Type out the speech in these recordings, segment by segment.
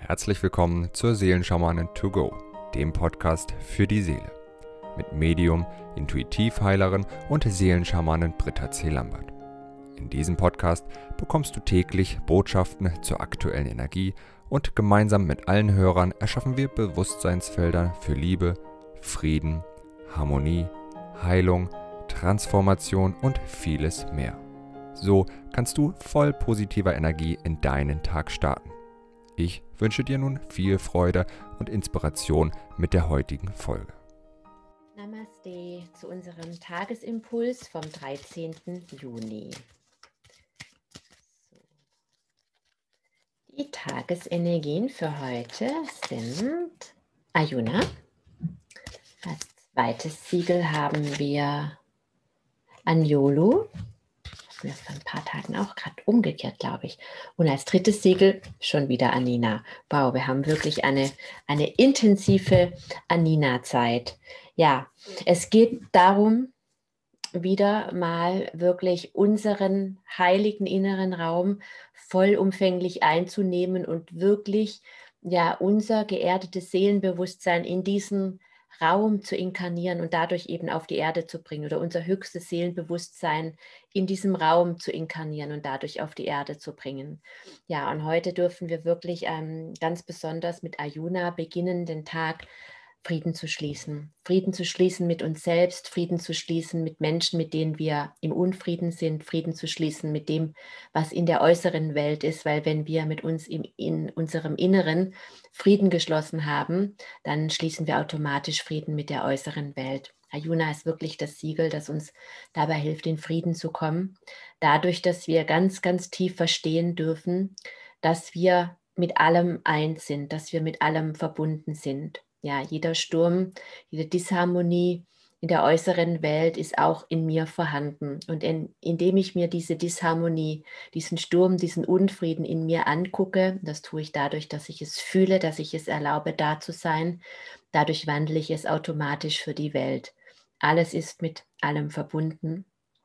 Herzlich willkommen zur Seelenschamanin to go, dem Podcast für die Seele. Mit Medium, Intuitivheilerin und Seelenschamanin Britta C. Lambert. In diesem Podcast bekommst du täglich Botschaften zur aktuellen Energie und gemeinsam mit allen Hörern erschaffen wir Bewusstseinsfelder für Liebe, Frieden, Harmonie, Heilung, Transformation und vieles mehr. So kannst du voll positiver Energie in deinen Tag starten. Ich wünsche dir nun viel Freude und Inspiration mit der heutigen Folge. Namaste zu unserem Tagesimpuls vom 13. Juni. Die Tagesenergien für heute sind Ayuna. Als zweites Siegel haben wir Anjolu. Das ist vor ein paar Tagen auch gerade umgekehrt, glaube ich. Und als drittes Siegel schon wieder Anina. Wow, wir haben wirklich eine intensive Anina-Zeit. Ja, es geht darum, wieder mal wirklich unseren heiligen inneren Raum vollumfänglich einzunehmen und wirklich ja unser geerdetes Seelenbewusstsein in diesen Raum zu inkarnieren und dadurch eben auf die Erde zu bringen oder unser höchstes Seelenbewusstsein in diesem Raum zu inkarnieren und dadurch auf die Erde zu bringen. Ja, und heute dürfen wir wirklich ganz besonders mit Ayuna beginnen, den Tag Frieden zu schließen. Frieden zu schließen mit uns selbst, Frieden zu schließen mit Menschen, mit denen wir im Unfrieden sind, Frieden zu schließen mit dem, was in der äußeren Welt ist, weil wenn wir mit uns in unserem Inneren Frieden geschlossen haben, dann schließen wir automatisch Frieden mit der äußeren Welt. Ayuna ist wirklich das Siegel, das uns dabei hilft, in Frieden zu kommen. Dadurch, dass wir ganz, ganz tief verstehen dürfen, dass wir mit allem eins sind, dass wir mit allem verbunden sind. Ja, jeder Sturm, jede Disharmonie in der äußeren Welt ist auch in mir vorhanden. Und indem ich mir diese Disharmonie, diesen Sturm, diesen Unfrieden in mir angucke, das tue ich dadurch, dass ich es fühle, dass ich es erlaube, da zu sein, dadurch wandle ich es automatisch für die Welt. Alles ist mit allem verbunden.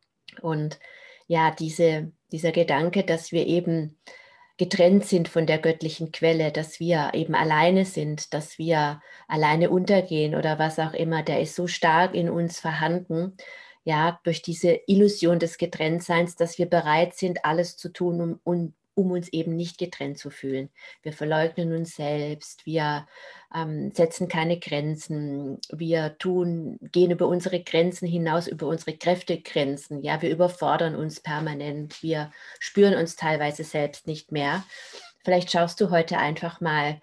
Und ja, dieser Gedanke, dass wir eben getrennt sind von der göttlichen Quelle, dass wir eben alleine sind, dass wir alleine untergehen oder was auch immer, der ist so stark in uns vorhanden, ja, durch diese Illusion des Getrenntseins, dass wir bereit sind, alles zu tun, um uns eben nicht getrennt zu fühlen. Wir verleugnen uns selbst, wir setzen keine Grenzen, wir gehen über unsere Grenzen hinaus, über unsere Kräftegrenzen, ja, wir überfordern uns permanent, wir spüren uns teilweise selbst nicht mehr. Vielleicht schaust du heute einfach mal,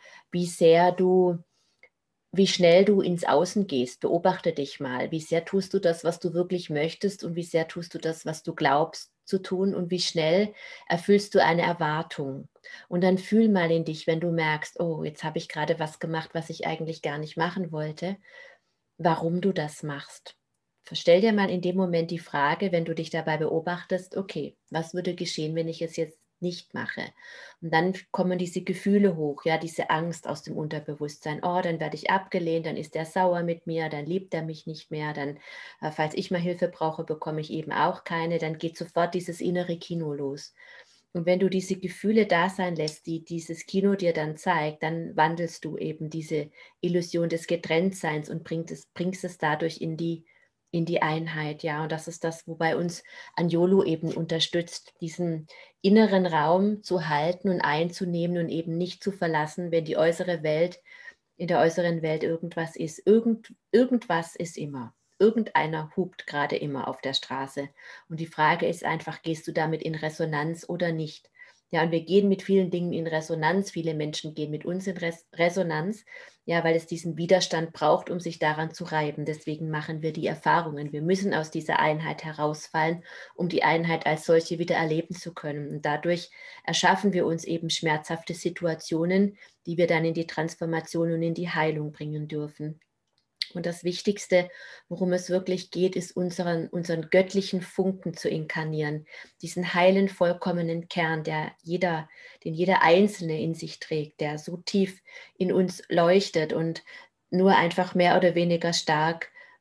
wie schnell du ins Außen gehst. Beobachte dich mal. Wie sehr tust du das, was du wirklich möchtest und wie sehr tust du das, was du glaubst zu tun und wie schnell erfüllst du eine Erwartung. Und dann fühl mal in dich, wenn du merkst, oh, jetzt habe ich gerade was gemacht, was ich eigentlich gar nicht machen wollte, warum du das machst. Stell dir mal in dem Moment die Frage, wenn du dich dabei beobachtest, okay, was würde geschehen, wenn ich es jetzt nicht mache? Und dann kommen diese Gefühle hoch, ja, diese Angst aus dem Unterbewusstsein. Oh, dann werde ich abgelehnt, dann ist er sauer mit mir, dann liebt er mich nicht mehr, dann, falls ich mal Hilfe brauche, bekomme ich eben auch keine, dann geht sofort dieses innere Kino los. Und wenn du diese Gefühle da sein lässt, die dieses Kino dir dann zeigt, dann wandelst du eben diese Illusion des Getrenntseins und bringst es dadurch in die Einheit, ja. Und das ist das, wobei uns Anjolu eben unterstützt, diesen inneren Raum zu halten und einzunehmen und eben nicht zu verlassen, wenn die äußere Welt, in der äußeren Welt irgendwas ist. Irgendwas ist immer. Irgendeiner hupt gerade immer auf der Straße. Und die Frage ist einfach, gehst du damit in Resonanz oder nicht? Ja, und wir gehen mit vielen Dingen in Resonanz. Viele Menschen gehen mit uns in Resonanz, ja, weil es diesen Widerstand braucht, um sich daran zu reiben. Deswegen machen wir die Erfahrungen. Wir müssen aus dieser Einheit herausfallen, um die Einheit als solche wieder erleben zu können. Und dadurch erschaffen wir uns eben schmerzhafte Situationen, die wir dann in die Transformation und in die Heilung bringen dürfen. Und das Wichtigste, worum es wirklich geht, ist unseren göttlichen Funken zu inkarnieren, diesen heilen, vollkommenen Kern, den jeder Einzelne in sich trägt, der so tief in uns leuchtet und nur einfach mehr oder weniger stark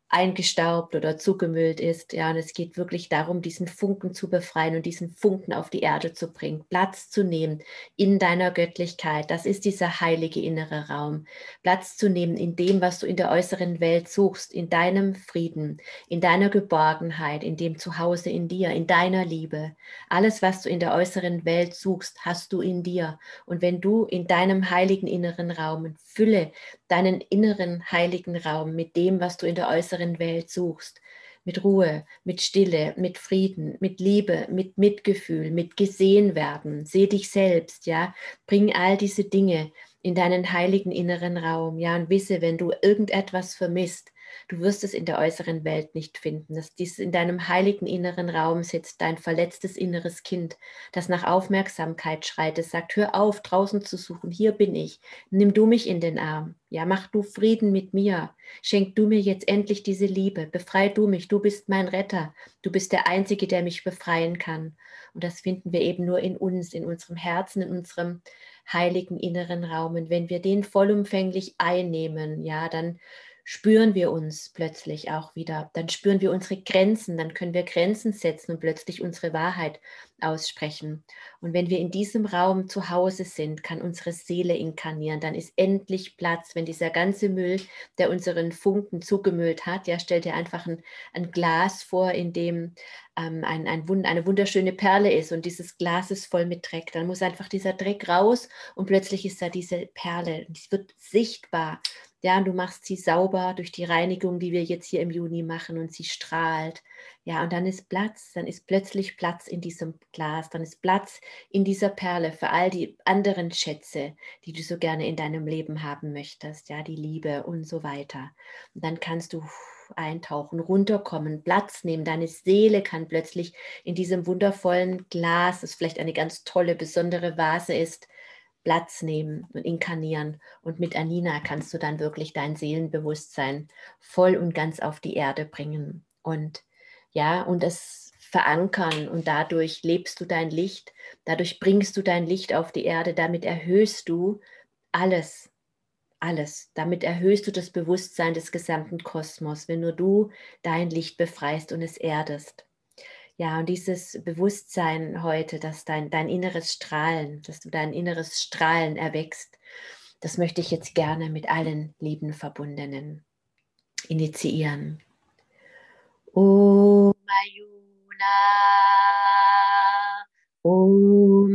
eingestaubt oder zugemüllt ist. Ja, und es geht wirklich darum, diesen Funken zu befreien und diesen Funken auf die Erde zu bringen, Platz zu nehmen in deiner Göttlichkeit. Das ist dieser heilige innere Raum. Platz zu nehmen in dem, was du in der äußeren Welt suchst, in deinem Frieden, in deiner Geborgenheit, in dem Zuhause in dir, in deiner Liebe. Alles, was du in der äußeren Welt suchst, hast du in dir. Und wenn du in deinem heiligen inneren Raum fülle deinen inneren heiligen Raum mit dem, was du in der äußeren Welt suchst, mit Ruhe, mit Stille, mit Frieden, mit Liebe, mit Mitgefühl, mit gesehen werden, seh dich selbst, ja, bring all diese Dinge in deinen heiligen inneren Raum, ja, und wisse, wenn du irgendetwas vermisst, du wirst es in der äußeren Welt nicht finden, dass dies in deinem heiligen inneren Raum sitzt, dein verletztes inneres Kind, das nach Aufmerksamkeit schreit, es sagt, hör auf, draußen zu suchen, hier bin ich, nimm du mich in den Arm, ja, mach du Frieden mit mir, schenk du mir jetzt endlich diese Liebe, befrei du mich, du bist mein Retter, du bist der Einzige, der mich befreien kann. Und das finden wir eben nur in uns, in unserem Herzen, in unserem heiligen inneren Raum. Und wenn wir den vollumfänglich einnehmen, ja, dann spüren wir uns plötzlich auch wieder, dann spüren wir unsere Grenzen, dann können wir Grenzen setzen und plötzlich unsere Wahrheit aussprechen. Und wenn wir in diesem Raum zu Hause sind, kann unsere Seele inkarnieren, dann ist endlich Platz, wenn dieser ganze Müll, der unseren Funken zugemüllt hat, ja, stell dir einfach ein Glas vor, in dem eine wunderschöne Perle ist und dieses Glas ist voll mit Dreck, dann muss einfach dieser Dreck raus und plötzlich ist da diese Perle, die wird sichtbar. Ja, und du machst sie sauber durch die Reinigung, die wir jetzt hier im Juni machen und sie strahlt. Ja, und dann ist Platz, dann ist plötzlich Platz in diesem Glas, dann ist Platz in dieser Perle für all die anderen Schätze, die du so gerne in deinem Leben haben möchtest, ja, die Liebe und so weiter. Und dann kannst du eintauchen, runterkommen, Platz nehmen. Deine Seele kann plötzlich in diesem wundervollen Glas, das vielleicht eine ganz tolle, besondere Vase ist, Platz nehmen und inkarnieren. Und mit Anina kannst du dann wirklich dein Seelenbewusstsein voll und ganz auf die Erde bringen. Und ja, und es verankern und dadurch lebst du dein Licht, dadurch bringst du dein Licht auf die Erde, damit erhöhst du alles. Alles. Damit erhöhst du das Bewusstsein des gesamten Kosmos, wenn nur du dein Licht befreist und es erdest. Ja, und dieses Bewusstsein heute, dass dein inneres Strahlen, dass du dein inneres Strahlen erwächst, das möchte ich jetzt gerne mit allen lieben Verbundenen initiieren. Om Ayuna, Om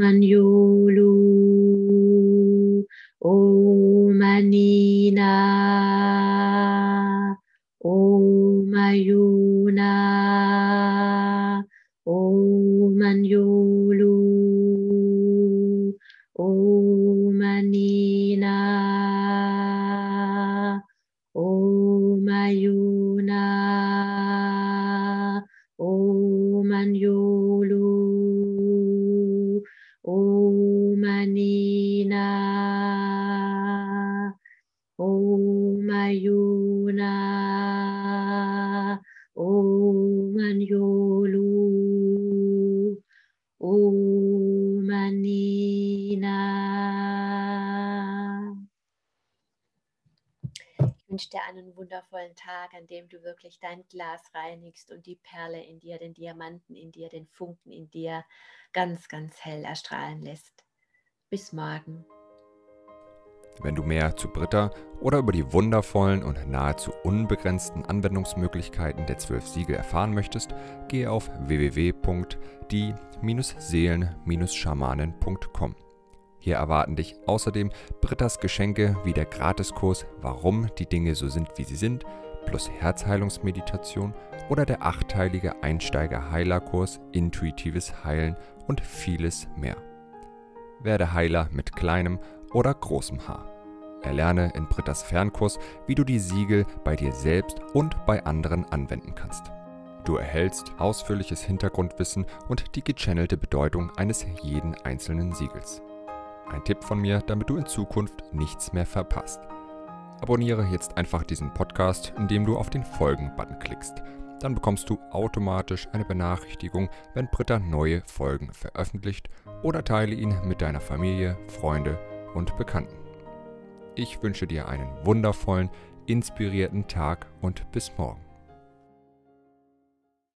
Anjulu, Om Anina, Om Ayuna, Om Anjulu, Om Anina, Om Ayuna, Om Anjulu, Om Anina, Om Ayuna, Om Anjulu, Om Anina. Ich wünsche dir einen wundervollen Tag, an dem du wirklich dein Glas reinigst und die Perle in dir, den Diamanten in dir, den Funken in dir ganz, ganz hell erstrahlen lässt. Bis morgen. Wenn du mehr zu Britta oder über die wundervollen und nahezu unbegrenzten Anwendungsmöglichkeiten der 12 Siegel erfahren möchtest, gehe auf www.die-seelen-schamanen.com. Hier erwarten dich außerdem Brittas Geschenke wie der Gratiskurs Warum die Dinge so sind, wie sie sind, plus Herzheilungsmeditation oder der 8-teilige Einsteiger-Heilerkurs Intuitives Heilen und vieles mehr. Werde Heiler mit kleinem oder großem H. Erlerne in Brittas Fernkurs, wie du die Siegel bei dir selbst und bei anderen anwenden kannst. Du erhältst ausführliches Hintergrundwissen und die gechannelte Bedeutung eines jeden einzelnen Siegels. Ein Tipp von mir, damit du in Zukunft nichts mehr verpasst. Abonniere jetzt einfach diesen Podcast, indem du auf den Folgen-Button klickst. Dann bekommst du automatisch eine Benachrichtigung, wenn Britta neue Folgen veröffentlicht, oder teile ihn mit deiner Familie, Freunde und Bekannten. Ich wünsche dir einen wundervollen, inspirierten Tag und bis morgen.